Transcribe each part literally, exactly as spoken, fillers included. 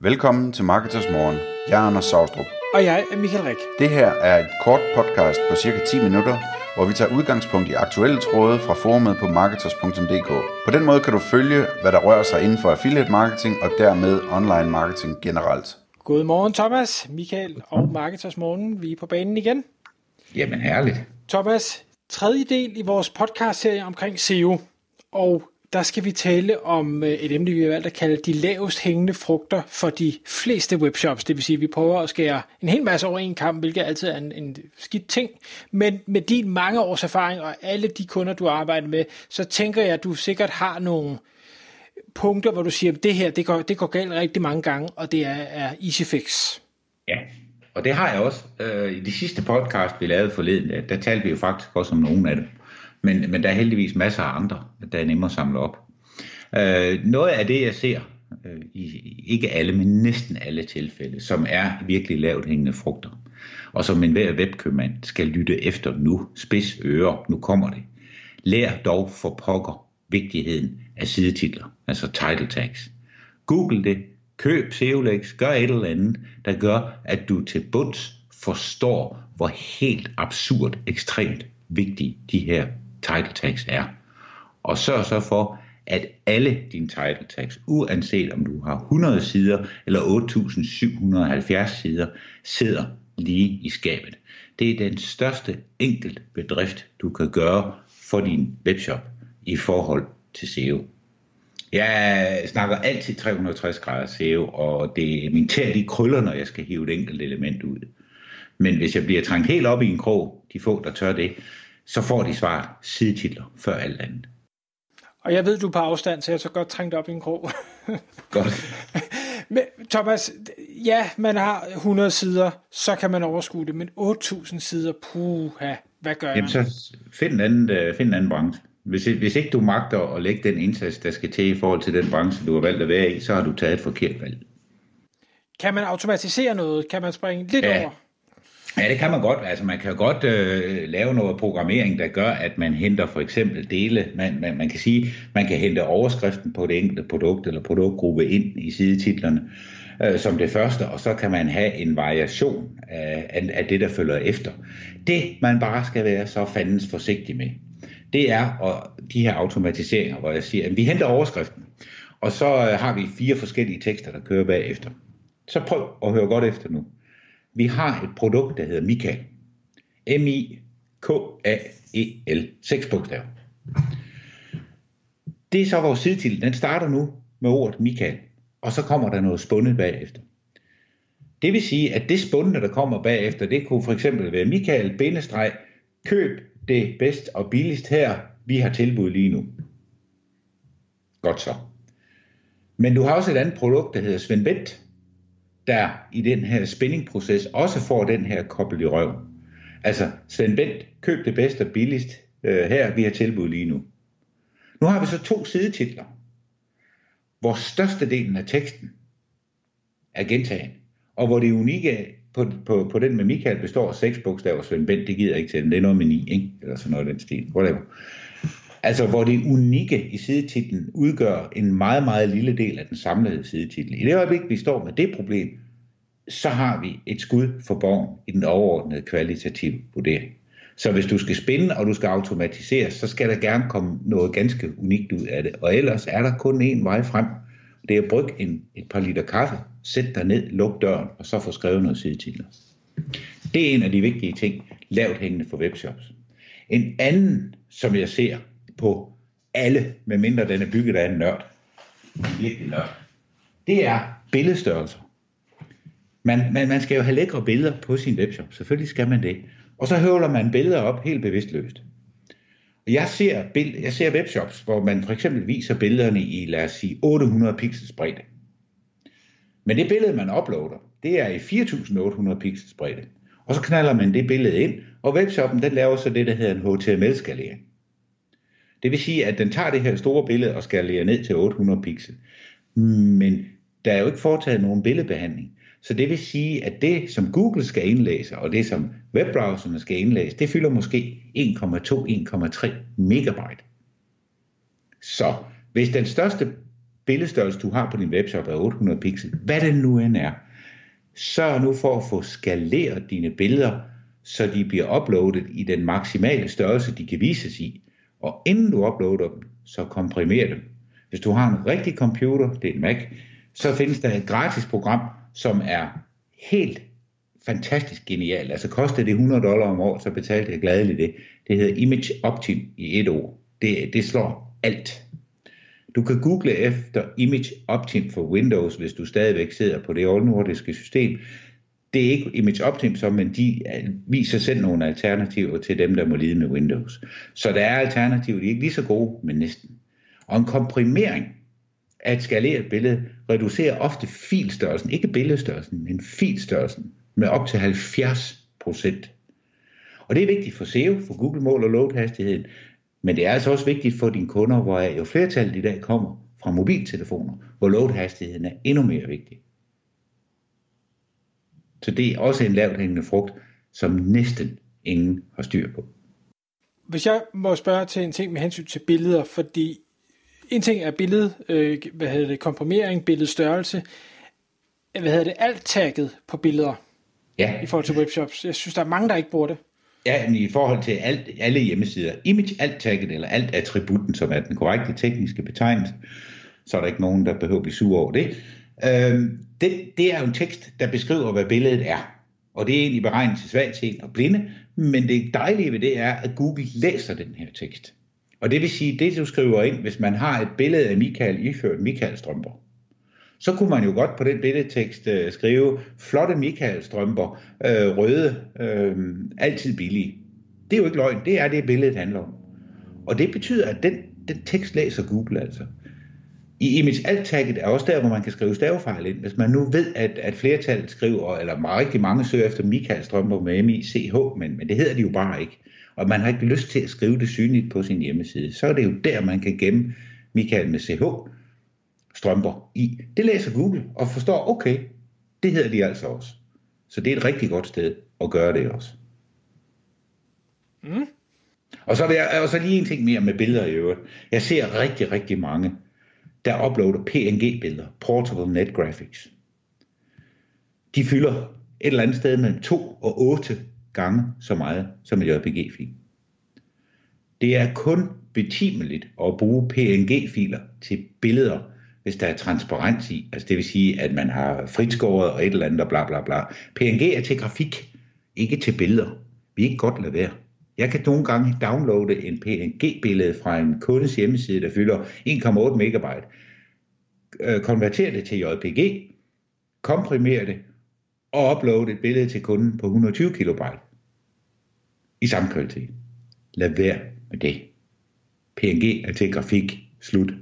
Velkommen til Marketers Morgen. Jeg er Anders Saustrup. Og jeg er Michael Rik. Det her er et kort podcast på cirka ti minutter, hvor vi tager udgangspunkt i aktuelle tråde fra forumet på marketers punktum d k. På den måde kan du følge, hvad der rører sig inden for affiliate marketing og dermed online marketing generelt. Godmorgen Thomas, Michael og Marketers Morgen. Vi er på banen igen. Jamen herligt. Thomas, tredje del i vores podcastserie omkring S E O. Og der skal vi tale om et emne, vi har valgt at kalde de lavest hængende frugter for de fleste webshops. Det vil sige, at vi prøver at skære en hel masse over en kamp, hvilket altid er en, en skidt ting. Men med din mange års erfaring og alle de kunder, du arbejder med, så tænker jeg, at du sikkert har nogle punkter, hvor du siger, at det her det går, det går galt rigtig mange gange, og det er, er easy fix. Ja, og det har jeg også. I de sidste podcast, vi lavede forleden, der, der talte vi jo faktisk også om nogle af dem. Men, men der er heldigvis masser af andre, der er nemmere at samle op. Øh, noget af det, jeg ser, øh, i ikke alle, men næsten alle tilfælde, som er virkelig lavt hængende frugter, og som enhver webkøbmand skal lytte efter nu, spids ører, nu kommer det. Lær dog for pokker vigtigheden af sidetitler, altså title tags. Google det, køb S E O Lex, gør et eller andet, der gør, at du til bunds forstår, hvor helt absurd, ekstremt vigtige de her title tags er. Og sørg så for, at alle dine title tags, uanset om du har hundrede sider eller otte tusind syv hundrede og halvfjerds sider, sidder lige i skabet. Det er den største enkelt bedrift, du kan gøre for din webshop i forhold til S E O. Jeg snakker altid tre hundrede og tres grader S E O, og det er min tær, de krøller, når jeg skal hive et enkelt element ud. Men hvis jeg bliver trængt helt op i en krog, de få, der tør det, så får de svaret sidetitler før alt andet. Og jeg ved, du er på afstand, så jeg er så godt trængt op i en krog. Godt. Men Thomas, ja, man har hundrede sider, så kan man overskue det, men otte tusind sider, puha, hvad gør Jamen, man? så find en anden, find en anden branche. Hvis, hvis ikke du magter at lægge den indsats, der skal til i forhold til den branche, du har valgt at være i, så har du taget et forkert valg. Kan man automatisere noget? Kan man springe lidt ja. over? Ja, det kan man godt. Altså, man kan godt øh, lave noget programmering, der gør, at man henter for eksempel dele. Man, man, man kan sige, man kan hente overskriften på det enkelte produkt eller produktgruppe ind i sidetitlerne øh, som det første, og så kan man have en variation af, af, af det, der følger efter. Det, man bare skal være så fandens forsigtig med, det er og de her automatiseringer, hvor jeg siger, at vi henter overskriften, og så øh, har vi fire forskellige tekster, der kører bagefter. Så prøv at høre godt efter nu. Vi har et produkt, der hedder Michael. M I K A E L. Seks bogstaver. Det er så vores sidetitel. Den starter nu med ordet Michael. Og så kommer der noget spundet bagefter. Det vil sige, at det spundne, der kommer bagefter, det kunne for eksempel være Michael, bindestreg, køb det bedst og billigst her, vi har tilbud lige nu. Godt så. Men du har også et andet produkt, der hedder Svend Bent, der i den her spændingproces også får den her koblet i røven. Altså, Svend Bent, køb det bedste og billigst øh, her, vi har tilbud lige nu. Nu har vi så to sidetitler, hvor størstedelen af teksten er gentagen, og hvor det unikke på, på, på den med Michael består af seks bogstaver. Svend Bent, det gider ikke til den, det er noget med ni, ikke? Eller sådan noget i den stil, whatever. Altså, hvor det unikke i sidetitlen udgør en meget, meget lille del af den samlede sidetitel. I det øjeblik, vi står med det problem, så har vi et skud for boven i den overordnede kvalitative vurdering. Så hvis du skal spinde, og du skal automatisere, så skal der gerne komme noget ganske unikt ud af det. Og ellers er der kun én vej frem. Det er at brygge en, et par liter kaffe, sæt dig ned, luk døren, og så få skrevet noget sidetitler. Det er en af de vigtige ting, lavt hængende for webshops. En anden, som jeg ser på alle, medmindre den er bygget af en nørd, virkelig nørd, det er billedstørrelser. Man, man, man skal jo have lækre billeder på sin webshop, selvfølgelig skal man det. Og så høvler man billeder op helt bevidstløst. Jeg ser, bill- jeg ser webshops, hvor man for eksempel viser billederne i, lad os sige, otte hundrede pixels bredde. Men det billede, man uploader, det er i fire tusind otte hundrede pixels bredde. Og så knalder man det billede ind, og webshoppen den laver så det, der hedder en H T M L-skalering. Det vil sige, at den tager det her store billede og skalerer ned til otte hundrede pixel. Men der er jo ikke foretaget nogen billedbehandling. Så det vil sige, at det, som Google skal indlæse, og det, som webbrowserne skal indlæse, det fylder måske en komma to til en komma tre megabyte. Så hvis den største billedstørrelse, du har på din webshop, er otte hundrede pixel, hvad det nu end er, sørg nu for at få skaleret dine billeder, så de bliver uploadet i den maksimale størrelse, de kan vises i. Og inden du uploader dem, så komprimer dem. Hvis du har en rigtig computer, det er en Mac, så findes der et gratis program, som er helt fantastisk genialt. Altså koster det hundrede dollar om året, så betalte jeg gladeligt det. Det hedder Image Optim i et ord. Det, det slår alt. Du kan google efter Image Optim for Windows, hvis du stadigvæk sidder på det oldnordiske system. Det er ikke Image Optim, så, men de viser selv nogle alternativer til dem, der må lide med Windows. Så der er alternativer, de er ikke lige så gode, men næsten. Og en komprimering af et skaleret billede reducerer ofte filstørrelsen, ikke billedstørrelsen, men filstørrelsen med op til halvfjerds procent. Og det er vigtigt for S E O, for Google måler loadhastigheden, men det er altså også vigtigt for dine kunder, hvor jo flertallet i dag kommer fra mobiltelefoner, hvor loadhastigheden er endnu mere vigtig. Så det er også en lavt hængende frugt, som næsten ingen har styr på. Hvis jeg må spørge til en ting med hensyn til billeder, fordi en ting er billede, øh, hvad hedder det, komprimering, billedstørrelse, hvad hedder det, alt-tagget på billeder, ja, i forhold til webshops. Jeg synes, der er mange, der ikke bruger det. Ja, men i forhold til alt, alle hjemmesider, image alt-tagget, eller alt-attributten, som er den korrekte tekniske betegnelse, så er der ikke nogen, der behøver at blive sur over det. Øhm, det. Det er jo en tekst, der beskriver, hvad billedet er. Og det er egentlig beregnet til svagtseende og blinde, men det dejlige ved det er, at Google læser den her tekst. Og det vil sige, det du skriver ind, hvis man har et billede af Michael iført Michael strømper, så kunne man jo godt på den billedtekst øh, skrive, flotte Michael strømper, øh, røde, øh, altid billige. Det er jo ikke løgn, det er det billedet handler om. Og det betyder, at den, den tekst læser Google altså. I image alt-tagget er også der, hvor man kan skrive stavefejl ind. Hvis man nu ved, at, at flertallet skriver, eller rigtig mange søger efter Michael strømper med M I C H, men, men det hedder de jo bare ikke. Og man har ikke lyst til at skrive det synligt på sin hjemmeside. Så er det jo der, man kan gemme Michael med C H strømper i. Det læser Google og forstår, okay, det hedder de altså også. Så det er et rigtig godt sted at gøre det også. Mm. Og så, vil jeg, og så lige en ting mere med billeder i øvrigt. Jeg ser rigtig, rigtig mange, der uploader P N G-billeder, Portable Net Graphics. De fylder et eller andet sted mellem to og otte gange så meget som en J P G-fil. Det er kun betimeligt at bruge P N G-filer til billeder, hvis der er transparens i. Altså det vil sige, at man har fritskåret og et eller andet og bla bla bla. P N G er til grafik, ikke til billeder. Vi kan godt lade være. Jeg kan nogle gange downloade en P N G-billede fra en kundes hjemmeside, der fylder en komma otte megabyte. Konvertere det til J P G, komprimere det og uploade et billede til kunden på et hundrede og tyve kilobyte i samme kvalitet. Lad være med det. P N G er til grafik. Slut.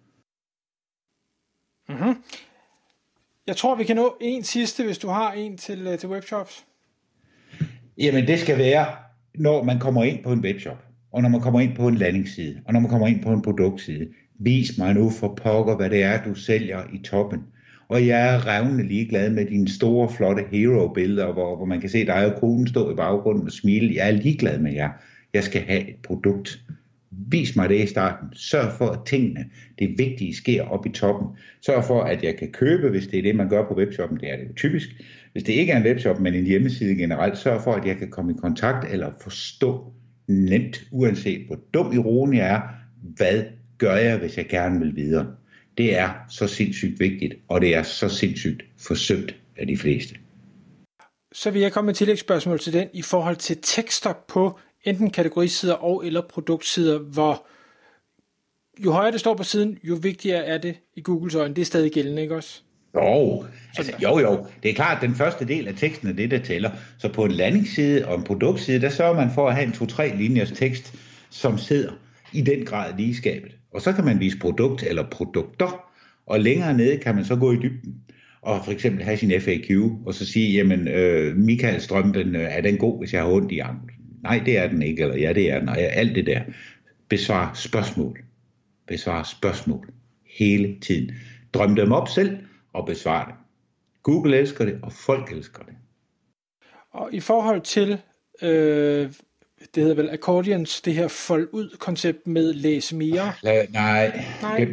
Mm-hmm. Jeg tror, vi kan nå en sidste, hvis du har en til, til webshops. Jamen, det skal være, når man kommer ind på en webshop, og når man kommer ind på en landingsside, og når man kommer ind på en produktside. Vis mig nu for pokker, hvad det er, du sælger i toppen. Og jeg er revnende ligeglad med dine store, flotte hero-billeder, hvor, hvor man kan se, at der er jo konen stå i baggrunden og smile. Jeg er ligeglad med jer. Jeg skal have et produkt. Vis mig det i starten. Sørg for, at tingene, det vigtige, sker op i toppen. Sørg for, at jeg kan købe, hvis det er det, man gør på webshoppen. Det er det jo typisk. Hvis det ikke er en webshop, men en hjemmeside generelt, sørg for, at jeg kan komme i kontakt eller forstå nemt, uanset hvor dum ironen jeg er, hvad gør jeg, hvis jeg gerne vil videre. Det er så sindssygt vigtigt, og det er så sindssygt forsømt af de fleste. Så vil jeg komme med et tillægsspørgsmål til den i forhold til tekster på enten kategorisider og eller produktsider, hvor jo højere det står på siden, jo vigtigere er det i Googles øjne. Det er stadig gældende, ikke også? Jo, altså, jo, jo. Det er klart, at den første del af teksten er det, der tæller. Så på en landingsside og en produktside, der sørger man for at have en to-tre linjers tekst, som sidder i den grad lige skabet. Og så kan man vise produkt eller produkter, og længere nede kan man så gå i dybden. Og for eksempel have sin F A Q, og så sige, jamen, øh, Michael strømpen, er den god, hvis jeg har ondt i anklen? Nej, det er den ikke, eller ja, det er den, og alt det der. Besvar spørgsmål. Besvar spørgsmål. Hele tiden. Drøm dem op selv, og besvar dem. Google elsker det, og folk elsker det. Og i forhold til, øh, det hedder vel accordions, det her fold ud koncept med læs mere. La, nej, nej. Glem det.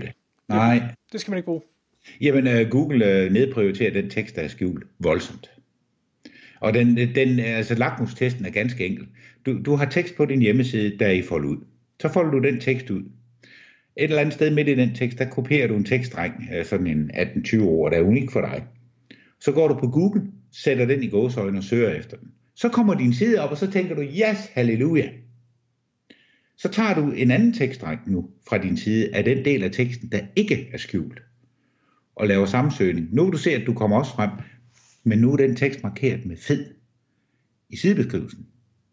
Nej. Det skal man ikke bruge. Jamen, uh, Google uh, nedprioriterer den tekst, der er skjult, voldsomt. Og den, den, altså lakmustesten er ganske enkel. Du, du har tekst på din hjemmeside, der er I folder ud. Så folder du den tekst ud. Et eller andet sted midt i den tekst, der kopierer du en tekststreng, sådan en atten tyve ord, der er unik for dig. Så går du på Google, sætter den i gåseøjne og søger efter den. Så kommer din side op, og så tænker du, yes, halleluja. Så tager du en anden tekststreng nu fra din side af den del af teksten, der ikke er skjult, og laver sammensøgning. Nu vil du se, at du kommer også frem, men nu er den tekst markeret med fed i sidebeskrivelsen.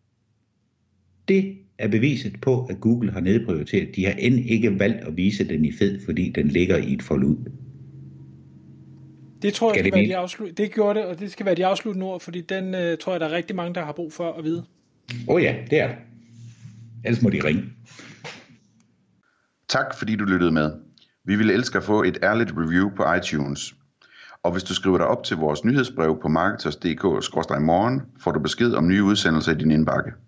Det er beviset på, at Google har nedprioriteret. De har end ikke valgt at vise den i fed, fordi den ligger i et forlud. Det tror jeg, skal skal det, være de afslut... det gjorde det, og det skal være de afsluttende ord, fordi den øh, tror jeg, der er rigtig mange, der har brug for at vide. Åh oh ja, det er det. Ellers må de ringe. Tak fordi du lyttede med. Vi ville elske at få et ærligt review på iTunes. Og hvis du skriver dig op til vores nyhedsbrev på marketers punktum d k skråstreg morgen, får du besked om nye udsendelser i din indbakke.